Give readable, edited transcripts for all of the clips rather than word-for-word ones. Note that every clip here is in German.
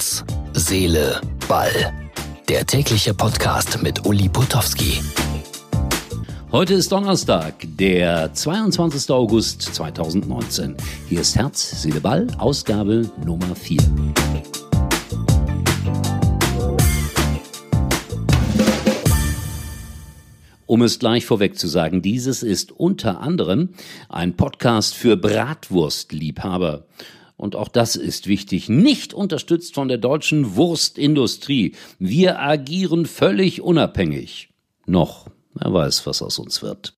Herz, Seele, Ball. Der tägliche Podcast mit Uli Putowski. Heute ist Donnerstag, der 22. August 2019. Hier ist Herz, Seele, Ball, Ausgabe Nummer 4. Um es gleich vorweg zu sagen, dieses ist unter anderem ein Podcast für Bratwurstliebhaber. Und auch das ist wichtig, nicht unterstützt von der deutschen Wurstindustrie. Wir agieren völlig unabhängig. Noch, wer weiß, was aus uns wird.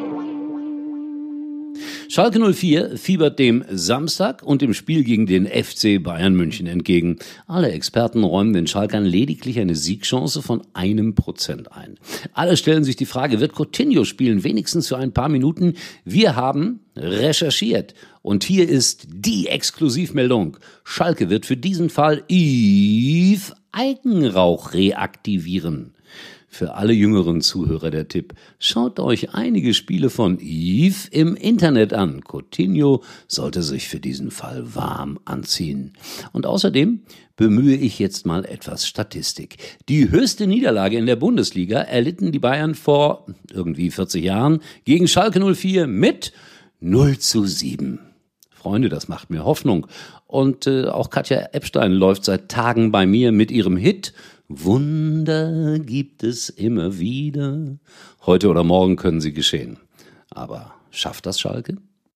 Schalke 04 fiebert dem Samstag und dem Spiel gegen den FC Bayern München entgegen. Alle Experten räumen den Schalkern lediglich eine Siegchance von 1% ein. Alle stellen sich die Frage, wird Coutinho spielen, wenigstens für ein paar Minuten? Wir haben recherchiert und hier ist die Exklusivmeldung. Schalke wird für diesen Fall Yves Eigenrauch reaktivieren. Für alle jüngeren Zuhörer der Tipp, schaut euch einige Spiele von Yves im Internet an. Coutinho sollte sich für diesen Fall warm anziehen. Und außerdem bemühe ich jetzt mal etwas Statistik. Die höchste Niederlage in der Bundesliga erlitten die Bayern vor irgendwie 40 Jahren gegen Schalke 04 mit 0:7. Freunde, das macht mir Hoffnung. Und auch Katja Epstein läuft seit Tagen bei mir mit ihrem Hit Wunder gibt es immer wieder. Heute oder morgen können sie geschehen. Aber schafft das Schalke?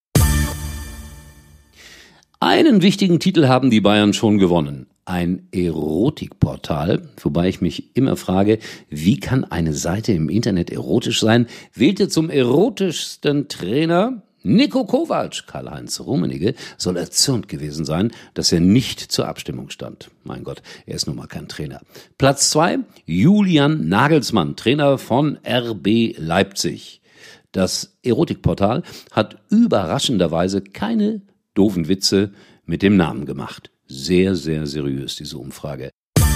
Einen wichtigen Titel haben die Bayern schon gewonnen. Ein Erotikportal, wobei ich mich immer frage, wie kann eine Seite im Internet erotisch sein, wählte zum erotischsten Trainer Niko Kovac. Karl-Heinz Rummenigge soll erzürnt gewesen sein, dass er nicht zur Abstimmung stand. Mein Gott, er ist nun mal kein Trainer. Platz 2, Julian Nagelsmann, Trainer von RB Leipzig. Das Erotikportal hat überraschenderweise keine doofen Witze mit dem Namen gemacht. Sehr, sehr seriös, diese Umfrage.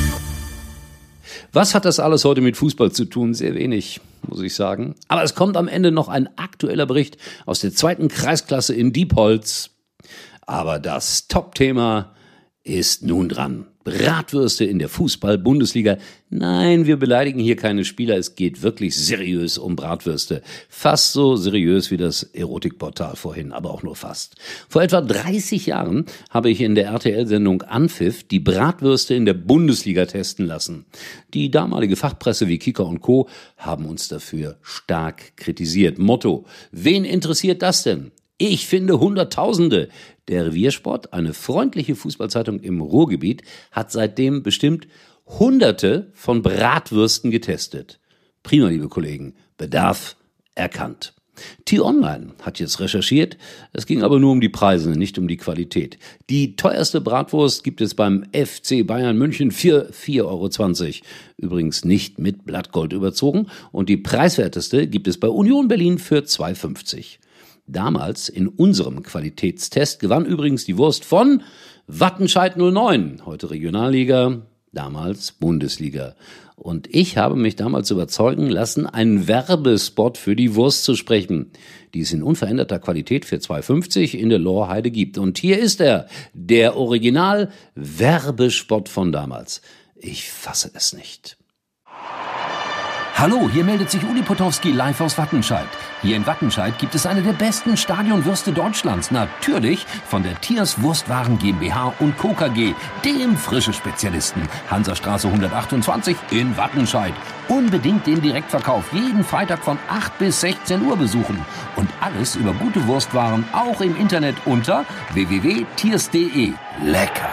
Was hat das alles heute mit Fußball zu tun? Sehr wenig, muss ich sagen. Aber es kommt am Ende noch ein aktueller Bericht aus der 2. Kreisklasse in Diepholz. Aber das Top-Thema ist nun dran. Bratwürste in der Fußball-Bundesliga. Nein, wir beleidigen hier keine Spieler. Es geht wirklich seriös um Bratwürste. Fast so seriös wie das Erotikportal vorhin, aber auch nur fast. Vor etwa 30 Jahren habe ich in der RTL-Sendung Anpfiff die Bratwürste in der Bundesliga testen lassen. Die damalige Fachpresse wie Kicker und Co. haben uns dafür stark kritisiert. Motto: Wen interessiert das denn? Ich finde Hunderttausende. Der Reviersport, eine freundliche Fußballzeitung im Ruhrgebiet, hat seitdem bestimmt Hunderte von Bratwürsten getestet. Prima, liebe Kollegen. Bedarf erkannt. T-Online hat jetzt recherchiert. Es ging aber nur um die Preise, nicht um die Qualität. Die teuerste Bratwurst gibt es beim FC Bayern München für 4,20 €. Übrigens nicht mit Blattgold überzogen. Und die preiswerteste gibt es bei Union Berlin für 2,50 €. Damals in unserem Qualitätstest gewann übrigens die Wurst von Wattenscheid 09, heute Regionalliga, damals Bundesliga. Und ich habe mich damals überzeugen lassen, einen Werbespot für die Wurst zu sprechen, die es in unveränderter Qualität für 2,50 € in der Lorheide gibt. Und hier ist er, der Original-Werbespot von damals. Ich fasse es nicht. Hallo, hier meldet sich Uli Putowski live aus Wattenscheid. Hier in Wattenscheid gibt es eine der besten Stadionwürste Deutschlands. Natürlich von der Thiers Wurstwaren GmbH und Co. KG, dem Frische-Spezialisten. Hansastraße 128 in Wattenscheid. Unbedingt den Direktverkauf jeden Freitag von 8 bis 16 Uhr besuchen. Und alles über gute Wurstwaren auch im Internet unter www.thiers.de. Lecker!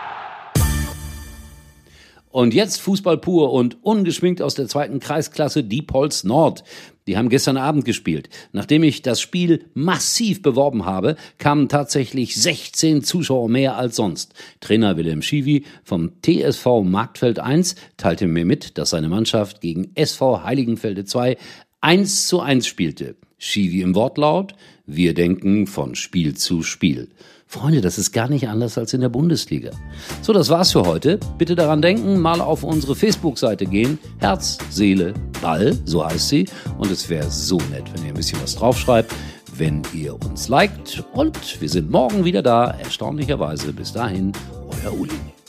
Und jetzt Fußball pur und ungeschminkt aus der 2. Kreisklasse Diepholz Nord. Die haben gestern Abend gespielt. Nachdem ich das Spiel massiv beworben habe, kamen tatsächlich 16 Zuschauer mehr als sonst. Trainer Wilhelm Schiwi vom TSV Marktfeld 1 teilte mir mit, dass seine Mannschaft gegen SV Heiligenfelde 2 1:1 spielte. Schiwi im Wortlaut: Wir denken von Spiel zu Spiel. Freunde, das ist gar nicht anders als in der Bundesliga. So, das war's für heute. Bitte daran denken, mal auf unsere Facebook-Seite gehen. Herz, Seele, Ball, so heißt sie. Und es wäre so nett, wenn ihr ein bisschen was draufschreibt, wenn ihr uns liked. Und wir sind morgen wieder da, erstaunlicherweise. Bis dahin, euer Uli.